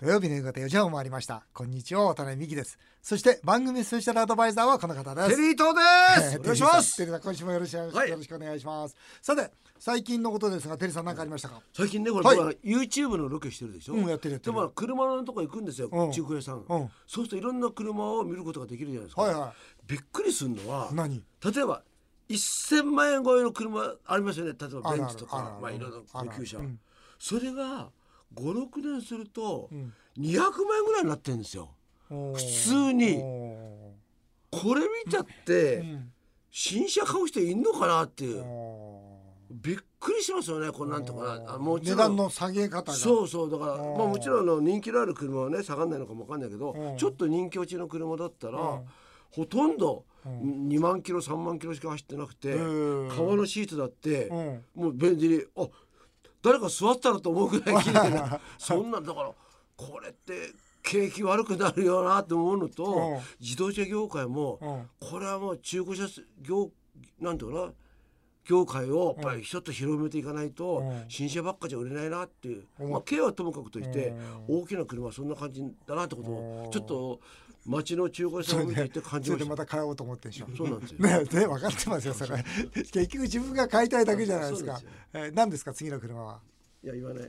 土曜日の夕方4時半を回りました。こんにちは、渡辺美希です。そして番組スペシャルアドバイザーはこの方です。 テリー東です。お願いします。 テリーさん、今週もよろしくお願いします。さて、最近のことですが、テリーさん何かありましたか？ 最近ね、これ、YouTube のロケしてるでしょ。 やってる。 でも車のとこ行くんですよ、中古屋さん。そうするといろんな車を見ることができるじゃないですか。びっくりするのは、例えば1000万円超えの車ありますよね。例えばベンツとか、いろんな高級車。それが5、6年すると200万円ぐらいになってるんですよ。普通に。これ見ちゃって新車買う人いんのかなっていう。びっくりしますよね。これなんとかな、もちろん値段の下げ方が。 そうだから、もちろん人気のある車はね下がんないのかもわかんないけど、ちょっと人気落ちの車だったら、ほとんど2万キロ3万キロしか走ってなくて、革のシートだって、もう便利に誰か座ったのと思うぐらい綺麗なそんなんだから、これって景気悪くなるよなと思うのと、自動車業界も、これはもう中古車なんていうかな、業界をやっぱりちょっと広めていかないと、新車ばっかじゃ売れないなっていう、軽はともかくとして、大きな車はそんな感じだなってことをちょっと街の中古屋さんを見ていて感じました。 それでまた買おうと思ってんでしょ。 そうなんですよね、分かってますよそれ。結局自分が買いたいだけじゃないですか。何ですか次の車は？ いや、言わない。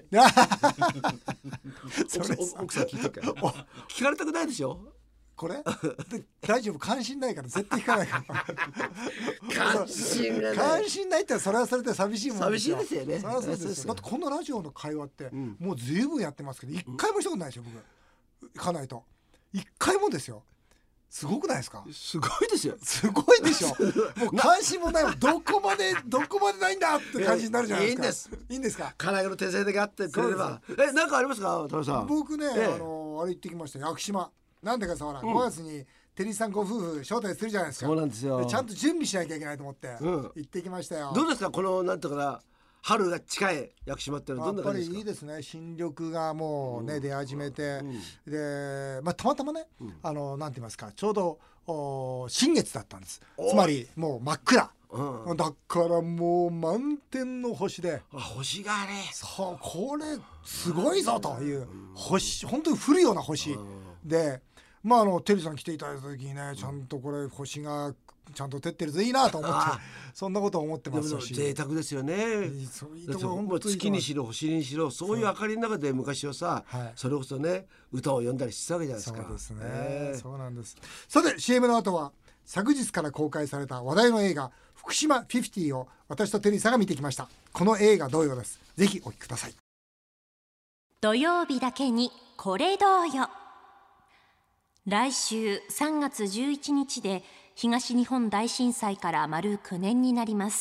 奥さん聞いてるから聞かれたくないでしょこれ。大丈夫、関心ないから絶対聞かないから関心ないってそれはそれで寂しいもんですよ。 寂しいですよね。 そうです。だってこのラジオの会話ってもう随分やってますけど、一回もしたことないでしょ僕。行かないと一回もですよ。すごくないですか？ すごいですよ。 すごいでしょ。もう関心もないもん。どこまでないんだって感じになるじゃないですか。いいんですか？ 金具の手製だけあってくれれば。なんかありますか、田中さん？ 僕ね、あれ行ってきましたよ、屋久島。なんでかさ、ほら5月にテリーさんご夫婦招待するじゃないですか。 そうなんですよ。 ちゃんと準備しなきゃいけないと思って行ってきましたよ。 どうですか、このなんとかな春が近い屋久島ってのはどんな感じですか？ やっぱりいいですね。新緑がもうね出始めて、でたまたまね、なんて言いますか、ちょうど新月だったんです。つまりもう真っ暗。だからもう満天の星で、 星がね、 そう、これすごいぞという星、本当に降るような星で、テリーさん来ていただいた時にね、ちゃんとこれ星がちゃんと照ってるといいなと思って、そんなことを思ってますし。 贅沢ですよね。月にしろ星にしろ、そういう明かりの中で昔はさ、それこそね歌を詠んだりしてたわけじゃないですか。 そうですね、そうなんです。さて CM の後は昨日から公開された話題の映画福島50を私とテリーさんが見てきました。この映画同様です。ぜひお聞きください。 土曜日だけにこれどうよ。来週3月11日で東日本大震災から丸9年になります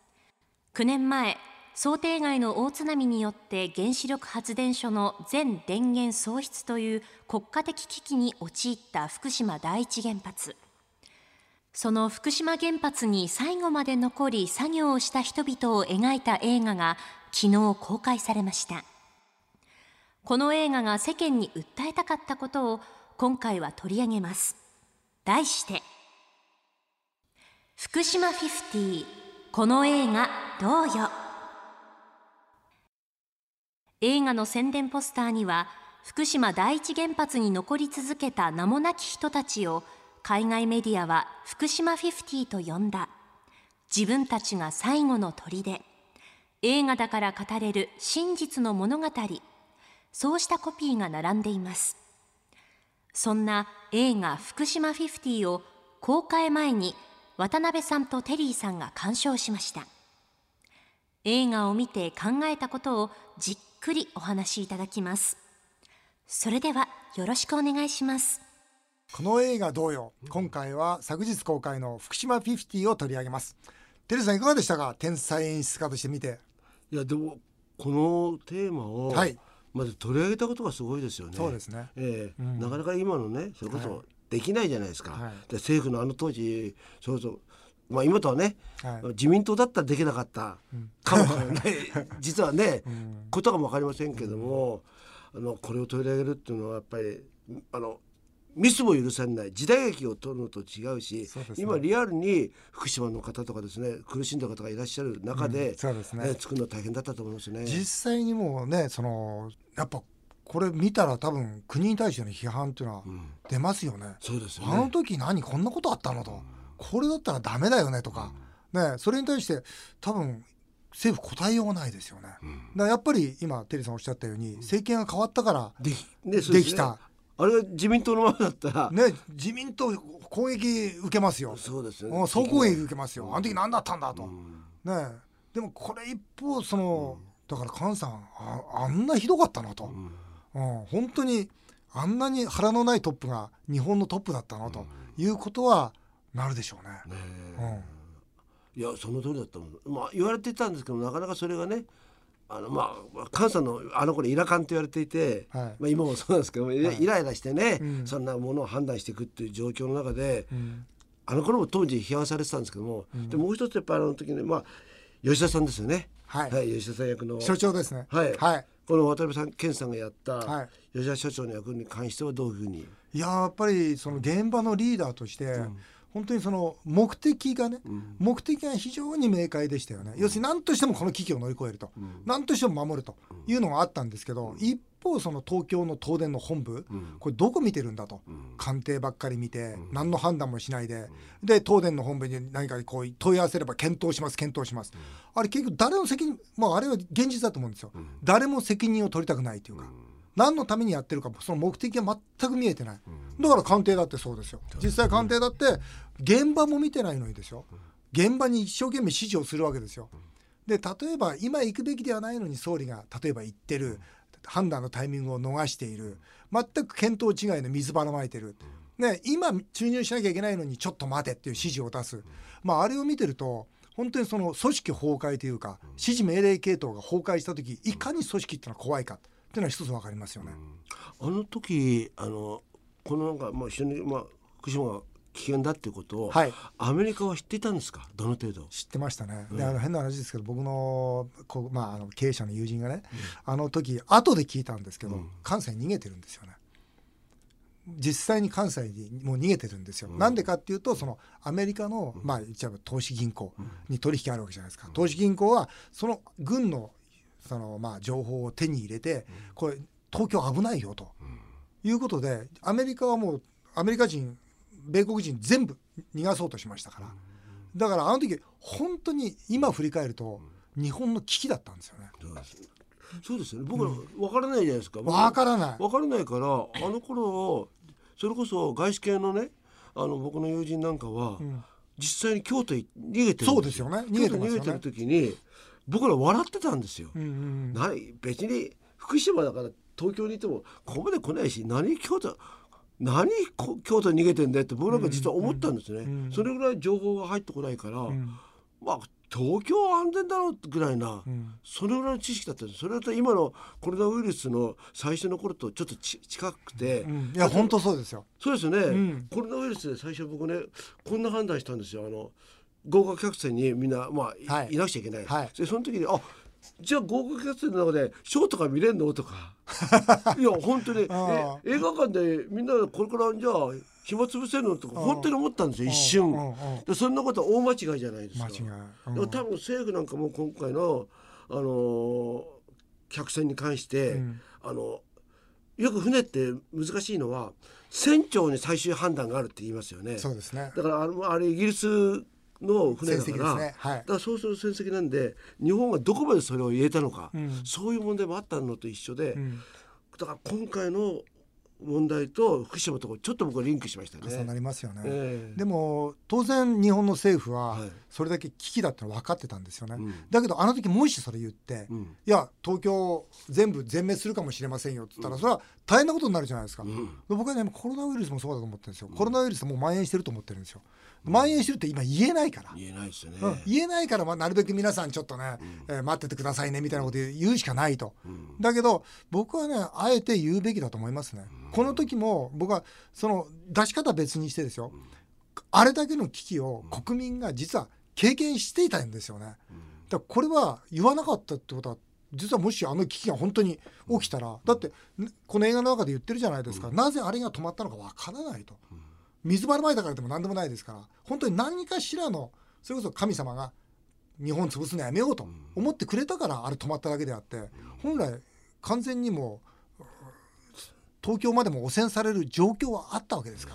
。9年前、想定外の大津波によって原子力発電所の全電源喪失という国家的危機に陥った福島第一原発。その福島原発に最後まで残り作業をした人々を描いた映画が昨日公開されました。この映画が世間に訴えたかったことを今回は取り上げます。題して福島50、この映画どうよ。映画の宣伝ポスターには、福島第一原発に残り続けた名もなき人たちを海外メディアは福島50と呼んだ。自分たちが最後の砦、映画だから語れる真実の物語、そうしたコピーが並んでいます。そんな映画福島50を公開前に渡辺さんとテリーさんが鑑賞しました。映画を見て考えたことをじっくりお話しいただきます。それではよろしくお願いします。 この映画同様、今回は昨日公開の福島50を取り上げます。テリーさんいかがでしたか？天才演出家として見て。 いやでもこのテーマをまず取り上げたことがすごいですよね。 そうですね、 なかなか今のねそれこそできないじゃないですか、で政府の当時そうそう、今とはね、自民党だったらできなかったかもしれない実はね、ことかも分かりませんけども、これを取り上げるっていうのはやっぱりミスも許されない時代劇を撮るのと違うし、今リアルに福島の方とかですね苦しんだ方がいらっしゃる中で、作るのは大変だったと思いますね。 実際にもうねやっぱこれ見たら多分国に対しての批判っていうのは出ますよね。 そうですよね。 あの時何こんなことあったのと、これだったらダメだよねとか、ね、それに対して多分政府答えようがないですよね。だからやっぱり今テリーさんおっしゃったように政権が変わったからできた、 あれが自民党のままだったら、 ね、自民党攻撃受けますよ。 そうですよね。 総攻撃受けますよ。あの時何だったんだと、ね、でもこれ一方だから菅さん あんなひどかったなと、本当にあんなに腹のないトップが日本のトップだったのということはなるでしょうね。 いやその通りだったの、言われてたんですけど、なかなかそれがね、菅さんのあの頃イラカンと言われていて、今もそうなんですけど、イライラしてね、そんなものを判断していくっていう状況の中で、あの頃も当時批判されてたんですけども、でもう一つやっぱりあの時に吉田さんですよね。吉田さん役の所長ですね。 この渡辺謙さんがやった吉田所長の役に関してはどういうふうに。 やっぱりその現場のリーダーとして、本当にその目的が非常に明快でしたよね。要するに何としてもこの危機を乗り越えると、何としても守るというのがあったんですけど、一方その東京の東電の本部、これどこ見てるんだと、官邸ばっかり見て何の判断もしないで、東電の本部に何かこう問い合わせれば検討します、あれ結局誰の責任、あれは現実だと思うんですよ。誰も責任を取りたくないというか、何のためにやってるかその目的が全く見えてない。だから官邸だってそうですよ。実際官邸だって現場も見てないのにですよ、現場に一生懸命指示をするわけですよ。で例えば今行くべきではないのに総理が例えば行ってる、判断のタイミングを逃している、全く見当違いの水ばらまいてる、今注入しなきゃいけないのにちょっと待てっていう指示を出す、あれを見てると本当にその組織崩壊というか、指示命令系統が崩壊した時いかに組織ってのは怖いかっていうのは一つ分かりますよね。 あの時この非常に福島が危険だっていうことを、アメリカは知っていたんですか？どの程度知ってましたね。で変な話ですけど、僕の経営者の友人がね、あの時後で聞いたんですけど、関西に逃げてるんですよね。実際に関西にもう逃げてるんですよ。なんでかっていうと、そのアメリカの一応投資銀行に取引あるわけじゃないですか。投資銀行はその軍の情報を手に入れて、これ東京危ないよということで、アメリカはもうアメリカ人米国人全部逃がそうとしましたから。だからあの時本当に今振り返ると日本の危機だったんですよね。 そうですよね。僕ら分からないじゃないですか。 分からないからあの頃それこそ外資系のね、僕の友人なんかは、実際に京都に逃げてる。 そうですよね。逃げてる時に僕ら笑ってたんですよ。別に福島だから東京にいてもここまで来ないし、何京都に逃げてんだって僕なんか実は思ったんですね。それぐらい情報が入ってこないから、東京は安全だろうぐらいな、それぐらいの知識だったんです。それだと今のコロナウイルスの最初の頃とちょっと近くて、 いや本当そうですよ。 そうですよね、コロナウイルスで最初僕ねこんな判断したんですよ。合格客船にみんな、いなくちゃいけない、でその時にじゃあ合格客船の中でショーとか見れんのとかいや本当に映画館でみんなこれからじゃあ暇つぶせるのとか本当に思ったんですよ、一瞬。でそんなことは大間違いじゃないですか。でも多分政府なんかも今回の、客船に関して、よく船って難しいのは船長に最終判断があるって言いますよね。 そうですね。 だからあれイギリスの船だから、だからそうする船籍なんで日本がどこまでそれを入れたのか、そういう問題もあったのと一緒で、だから今回の問題と福島のところちょっと僕はリンクしましたね。 そうなりますよね、でも当然日本の政府はそれだけ危機だってのは分かってたんですよね、だけどあの時もしそれ言って、いや東京全滅するかもしれませんよって言ったら、それは大変なことになるじゃないですか、僕はねコロナウイルスもそうだと思ってるんですよ。コロナウイルスもう蔓延してると思ってるんですよ。蔓延してるって今言えないから、 言えないですよね、 言えないから、なるべく皆さんちょっとね、待っててくださいねみたいなこと言うしかないと、だけど僕はねあえて言うべきだと思いますね、この時も僕はその出し方別にしてですよ、あれだけの危機を国民が実は経験していたんですよね。だからこれは言わなかったってことは、実はもしあの危機が本当に起きたら、だってこの映画の中で言ってるじゃないですか、なぜあれが止まったのかわからないと、水ばらまいたからでも何でもないですから、本当に何かしらのそれこそ神様が日本潰すのやめようと思ってくれたからあれ止まっただけであって、本来完全にも東京までも汚染される状況はあったわけですから。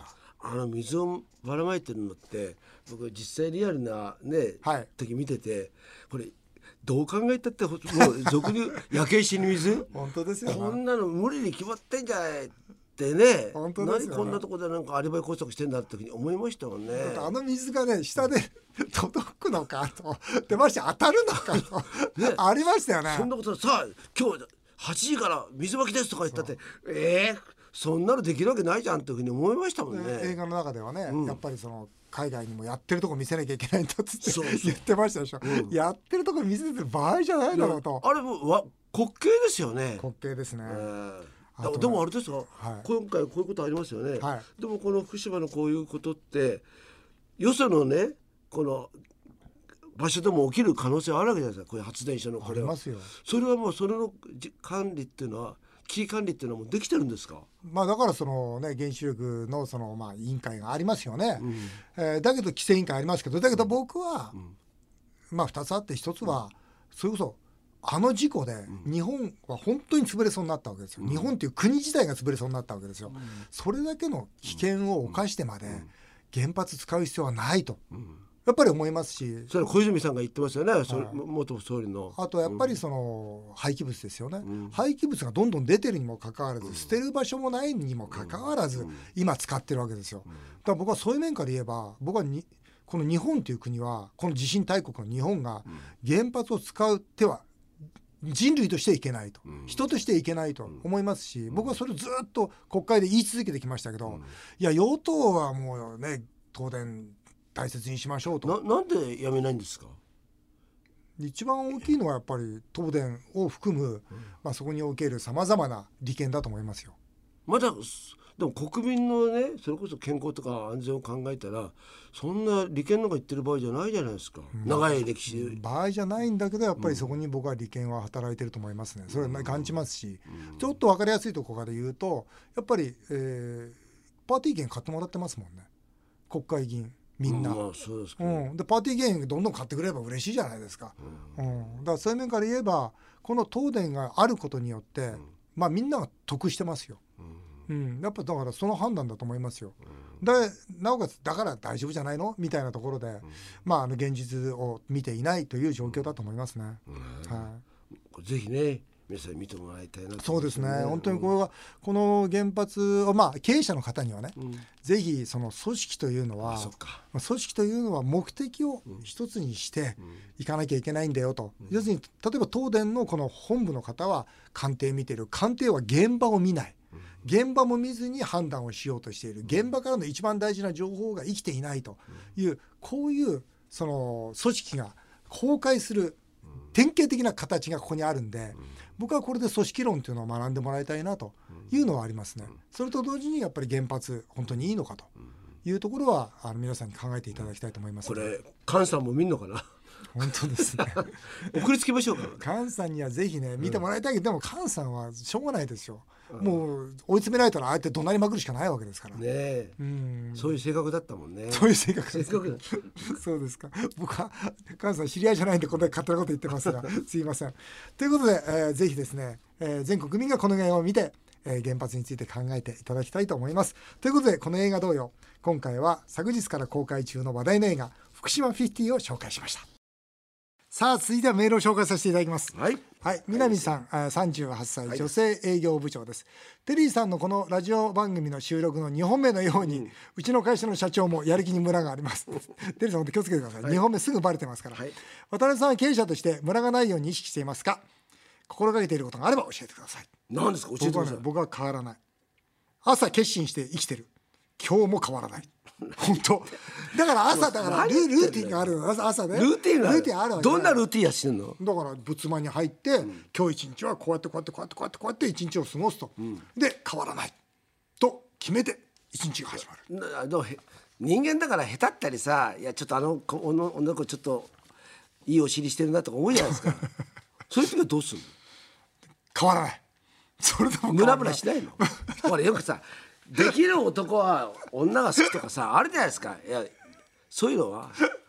水をばらまいてるのって僕実際リアルなね、 はい、 時見てて、これどう考えたってもう俗に焼け石に水本当ですよ、ね、 こんなの無理に決まってんじゃないってね。 本当ですよね。 何こんなとこでなんかアリバイ工作してんだって時に思いましたもんね。 水がね下で届くのかと、でまして当たるのかと、ね、ありましたよね。 そんなことさあ今日8時から水まきですとか言ったってそんなのできるわけないじゃんっていうふうに思いましたもんね。 映画の中ではね、やっぱりその海外にもやってるとこ見せなきゃいけないんだっつって言ってましたでしょ、やってるとこ見せてる場合じゃないだろうと。 あれも滑稽ですよね。 滑稽ですね。 でもあれですか、 はい、 今回こういうことありますよね、 はい、 でもこの福島のこういうことってよそのねこの場所でも起きる可能性あるわけじゃないですか。こういう発電所のこれはありますよ。 それはもうそれの管理っていうのは危機管理っていうのはもうできてるんですか。 だからそのね原子力のその委員会がありますよね、だけど規制委員会ありますけど、だけど僕は、2つあって、1つはそれこそ事故で日本は本当に潰れそうになったわけですよ、日本っていう国自体が潰れそうになったわけですよ、それだけの危険を冒してまで原発使う必要はないと、やっぱり思いますし、 それは小泉さんが言ってますよね、元総理の。 あとやっぱりその廃棄物ですよね、廃棄物がどんどん出てるにもかかわらず、捨てる場所もないにもかかわらず、今使ってるわけですよ。だから僕はそういう面から言えば、僕はこの日本という国は、この地震大国の日本が原発を使う手は人類としていけないと、人としていけないと思いますし、僕はそれをずっと国会で言い続けてきましたけど、いや与党はもうね東電大切にしましょうと。 なんでやめないんですか。 一番大きいのはやっぱり東電を含む、そこにおけるさまざまな利権だと思いますよ。 でも国民のねそれこそ健康とか安全を考えたらそんな利権のが言ってる場合じゃないじゃないですか、長い歴史場合じゃないんだけど、やっぱりそこに僕は利権は働いてると思いますね。それは感じますし、ちょっと分かりやすいところから言うと、やっぱり、パーティー券買ってもらってますもんね、国会議員みんな、 そうですか、でパーティー券どんどん買ってくれれば嬉しいじゃないですか、だからそういう面から言えばこの東電があることによって、みんなが得してますよ、やっぱだからその判断だと思いますよ。でなおかつだから大丈夫じゃないのみたいなところで、現実を見ていないという状況だと思いますね。 ぜひね皆さん見てもらいたいなと、 そうですね。本当にこの原発を、経営者の方にはね、ぜひその組織というのは組織というのは目的を一つにしていかなきゃいけないんだよと、要するに例えば東電のこの本部の方は官邸見てる、官邸は現場を見ない、現場も見ずに判断をしようとしている、現場からの一番大事な情報が生きていないという、こういうその組織が崩壊する典型的な形がここにあるんで、僕はこれで組織論というのを学んでもらいたいなというのはありますね。それと同時にやっぱり原発本当にいいのかというところは皆さんに考えていただきたいと思います。 これ菅さんも見んのかな。 本当ですね送りつけましょうか。 菅さんにはぜひね見てもらいたいけど、でも菅さんはしょうがないですよ、もう追い詰められたらああやって怒鳴りまくるしかないわけですからね。 そういう性格だったもんね。 そういう性格そうですか。僕は菅さん知り合いじゃないんでこんな勝手なこと言ってますがすいません。ということで、ぜひですね、全国民がこの映画を見て、原発について考えていただきたいと思います。ということでこの映画同様、今回は昨日から公開中の話題の映画福島50を紹介しました。さあ続いてはメールを紹介させていただきます。南さん、38歳、女性営業部長です。テリーさんのこのラジオ番組の収録の2本目のように、うちの会社の社長もやる気にムラがありますテリーさん本当気をつけてください、2本目すぐバレてますから、渡辺さんは経営者としてムラがないように意識していますか。心がけていることがあれば教えてください。 何ですか、教えてください。 僕は変わらない。朝決心して生きてる。今日も変わらない。本当だから朝だからルーティンがあるの。朝ねルーティンあるわけ。 どんなルーティンやしてんの。 だから仏間に入って、今日一日はこうやって一日を過ごすと、で変わらないと決めて一日が始まる。 人間だから下手ったりさ、いやちょっと女の子ちょっといいお尻してるなとか思うじゃないですかそういう時はどうするの。 変わらない。それでもムラムラしないのほらよくさできる男は女が好きとかさあるじゃないですか。いやそういうのは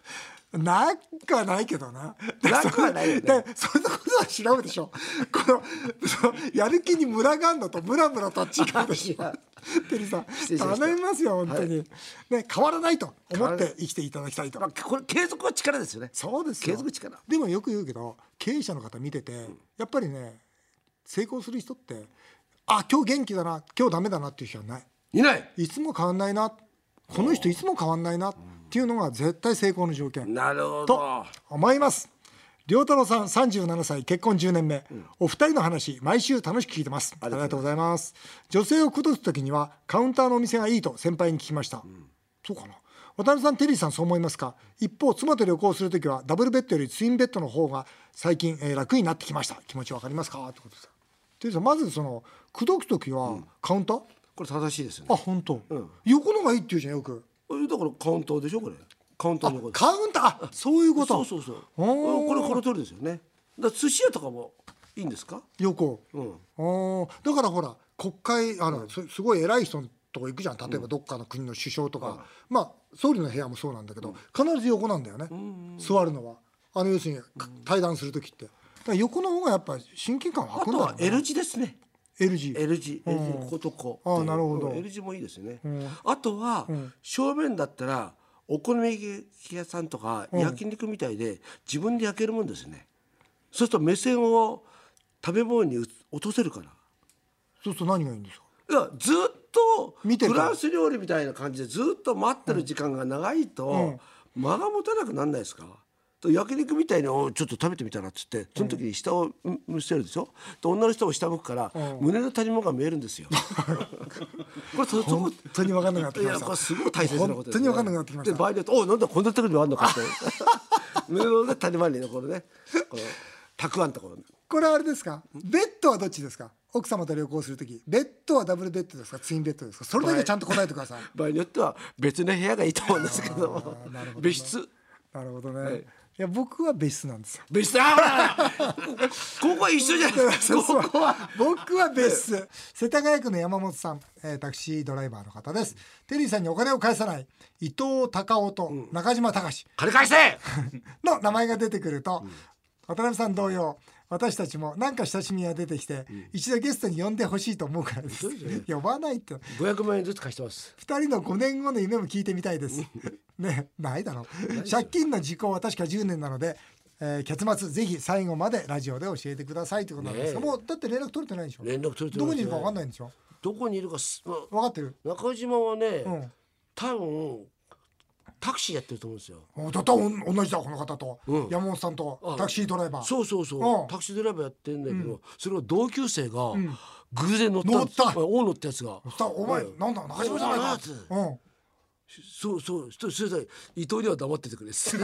なくはないけどな。 なくはないよね。 でそんなことは調べでしょ。このやる気にムラがあるのとムラムラとは違うでしょ。テリーさん頼みますよ本当に、ね、変わらないと思って生きていただきたいと。 これ継続は力ですよね。 そうですよ。 継続力。 でもよく言うけど経営者の方見てて、やっぱりね成功する人って今日元気だな今日ダメだなっていう人はない。 いない。 いつも変わんないなこの人いつも変わんないなっていうのが絶対成功の条件なるほどと思います。良太郎さん37歳結婚10年目、お二人の話毎週楽しく聞いてます。ありがとうございます。女性を口説く時にはカウンターのお店がいいと先輩に聞きました、そうかな。渡辺さんテリーさんそう思いますか。一方妻と旅行する時はダブルベッドよりツインベッドの方が最近、楽になってきました。気持ちわかりますかってことです。テリーさんまずその口説く時はカウンター、 これ正しいですよね。 本当、横のがいいって言うじゃんよく。 だからカウンターでしょこれ。カウンターの横です。 カウンターそういうこと。 そうこの通りですよね。だから寿司屋とかもいいんですか横、だからほら国会すごい偉い人のとこ行くじゃん。例えばどっかの国の首相とか、総理の部屋もそうなんだけど、必ず横なんだよね、座るのは。要するに対談する時ってだから横の方がやっぱ親近感湧くんだろうな。 あとは L 字ですね。L 字こことこう。 なるほど。 L 字もいいですよね。あとは正面だったらお好み焼き屋さんとか焼肉みたいで自分で焼けるもんですね。そうすると目線を食べ物に落とせるから。 そうすると何がいいんですか。 いやずっと見てるフランス料理みたいな感じでずっと待ってる時間が長いと間が持たなくなんないですか。と焼肉みたいにちょっと食べてみたらっつってその時に下を向せるでしょ。と女の人も下向くから胸の谷間が見えるんですよ。これ本当に分かんなくなってきました。 これすごい大切なことですね。 本当に分かんなくなってきました。 で場合によってなんだこんなところにもあるのかって胸の谷間にねこれねたくあんところ。 これはあれですか。ベッドはどっちですか。奥様と旅行するときベッドはダブルベッドですかツインベッドですか。それだけちゃんと答えてください。 場合によっては別の部屋がいいと思うんですけど別室。 なるほどね、いや僕は別室なんですよ。 別室ここは一緒じゃないですか。ここは僕は別室。世田谷区の山本さん、タクシードライバーの方です。テリーさんにお金を返さない伊藤孝夫と中島隆金返せの名前が出てくると、渡辺さん同様私たちも何か親しみが出てきて、一度ゲストに呼んでほしいと思うからです。呼ばないって 500万円ずつ貸してます。 2人の5年後の夢も聞いてみたいですね。ないだろう。借金の時効は確か10年なので、結末ぜひ最後までラジオで教えてくださいということなんですが、もうだって連絡取れてないでしょ。 連絡取れてない。 どこにいるか分かんないんでしょ。 どこにいるか分かってる。 中島はね、多分タクシーやってると思うんですよ。 だったら同じだこの方と、山本さんとタクシードライバー。 そうタクシードライバーやってるんだけど、それを同級生が偶然乗ったんです。大野ってやつがお前なんだ中島じゃないか。 そうそれで伊藤には黙っててくれそ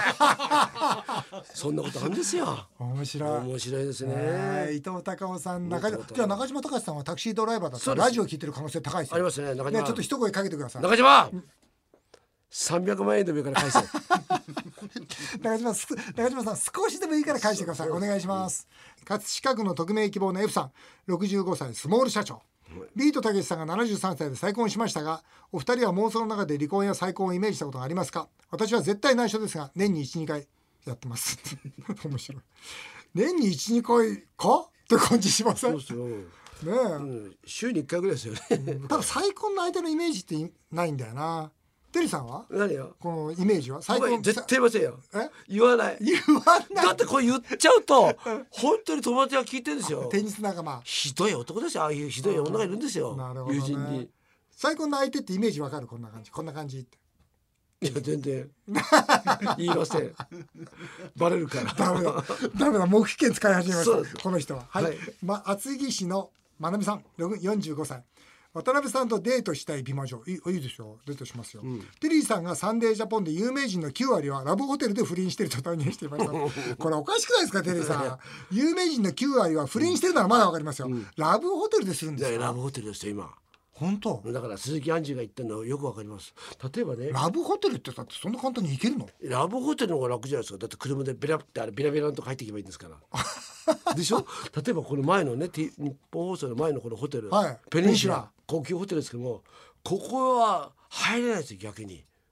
んなことあるんですよ。面白いですね。 伊藤孝夫さんじゃあ中島隆さんはタクシードライバーだったらラジオ聞いてる可能性高いですよ。 ありますね。中島ちょっと一声かけてください。 中島300万円でもいいから返せ。 中島さん少しでもいいから返してください。お願いします。葛飾区の匿名希望の F さん65歳スモール社長。ビートたけしさんが73歳で再婚しましたが、お二人は妄想の中で離婚や再婚をイメージしたことがありますか。私は絶対内緒ですが年に 1,2 回やってます面白い。年に 1,2 回かって感じしません？ 週に1回ぐらいですよね。 ただ再婚の相手のイメージってないんだよな。テリーさんは何よこのイメージは再婚絶対言いませんよ。言わないだってこれ言っちゃうと本当に友達が聞いてるんですよ。 テニス仲間ひどい男ですよ。ああいうひどい女がいるんですよ。友人に再婚の相手ってイメージわかる。こんな感じって。 いや全然言いません。バレるからダメだ黙秘権使い始めましたこの人は。厚木市のまなみさん45歳。渡辺さんとデートしたい美魔女。いいですよ。デートしますよ。テリーさんがサンデージャポンで有名人の9割はラブホテルで不倫してると断言していましたこれおかしくないですかテリーさん。有名人の9割は不倫してるならまだわかりますよ、ラブホテルでするんですか。 ラブホテルですよ今。 本当だから鈴木杏樹が言ってるのよくわかります。例えばねラブホテルってだってそんな簡単に行けるの。 ラブホテルの方が楽じゃないですか。だって車でベラってビラビラのとこ入っていけばいいんですからでしょ。例えばこの前のね日本放送の前のこのホテル、ペニンシュラ高級ホテルですけどもここは入れないですよ逆に。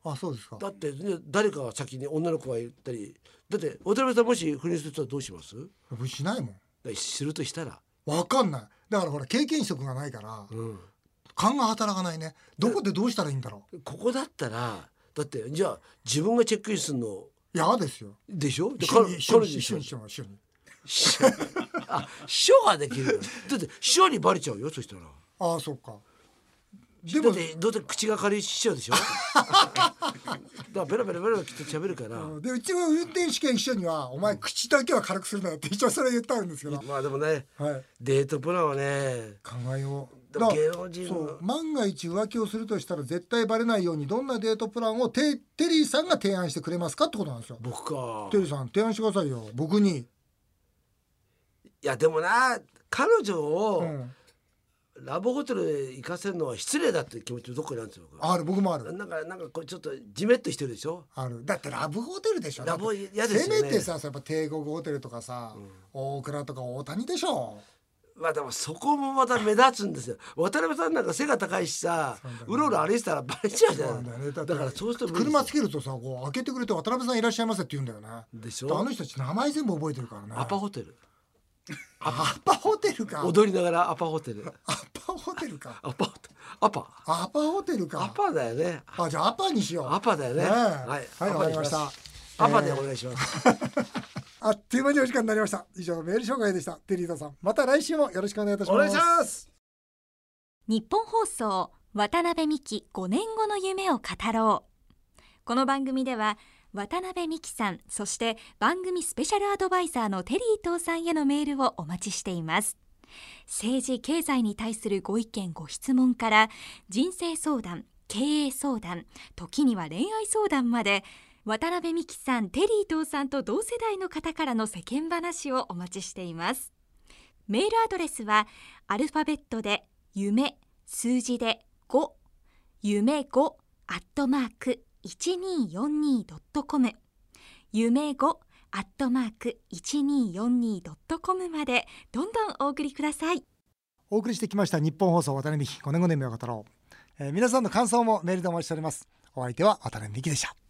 あ、そうですか。 だって、ね、誰かが先に女の子が言ったり、だって渡辺さんもし不倫するとどうします？ 僕しないもん。 するとしたらわかんない。だからほら経験則がないから、勘が働かないね。どこでどうしたらいいんだろう。ここだったらだってじゃあ自分がチェックインするの嫌ですよ。 でしょ。 一緒にあ、秘書ができる。だって秘書にバレちゃうよ、そしたら。 ああ、そうか。 でもどうせ口が軽い秘書でしょ。だからベラベラベラきっと喋るから。 でうちの運転試験秘書にはお前口だけは軽くするなよって一応それ言ったんですけど。 まあでもね、デートプランはね考えよう。 芸能人そう万が一浮気をするとしたら絶対バレないようにどんなデートプランをテリーさんが提案してくれますかってことなんですよ。 僕か。 テリーさん提案してくださいよ、僕に。 いやでもな、彼女を、ラブホテルへ行かせるのは失礼だって気持ちどこにあるんですよ。 ある、僕もある。 なんかこれちょっとジメッとしてるでしょ。 ある。だってラブホテルでしょ。 ラブ嫌ですよね。 せめてさ、やっぱ帝国ホテルとかさ、大倉とか大谷でしょ。 まあでもそこもまた目立つんですよ。渡辺さんなんか背が高いしさ、うろうろ歩いてたらバレちゃうじゃん。だからそうすると車つけるとさ、こう開けてくれて渡辺さんいらっしゃいませって言うんだよね。 でしょ。 あの人たち名前全部覚えてるからね。 アパホテル。 アパホテルか。 踊りながらアパホテル。 アパホテルか。 アパホテルか。 アパだよね。 あ、じゃあアパにしよう。 アパだよね。 はい、わかりました。 アパでお願いします。 あっという間にお時間になりました。以上メール紹介でした。テリータさん、また来週もよろしくお願いいたします。 お願いします。 日本放送渡辺美希5年後の夢を語ろう。この番組では渡辺美希さん、そして番組スペシャルアドバイザーのテリー東さんへのメールをお待ちしています。政治経済に対するご意見ご質問から人生相談、経営相談、時には恋愛相談まで、渡辺美希さん、テリー東さんと同世代の方からの世間話をお待ちしています。メールアドレスはアルファベットで夢、数字で5、夢5@1242.com、夢5@1242.com までどんどんお送りください。 お送りしてきました日本放送渡辺美希5年後の夢を語ろう。皆さんの感想もメールでお待ちしております。お相手は渡辺美希でした。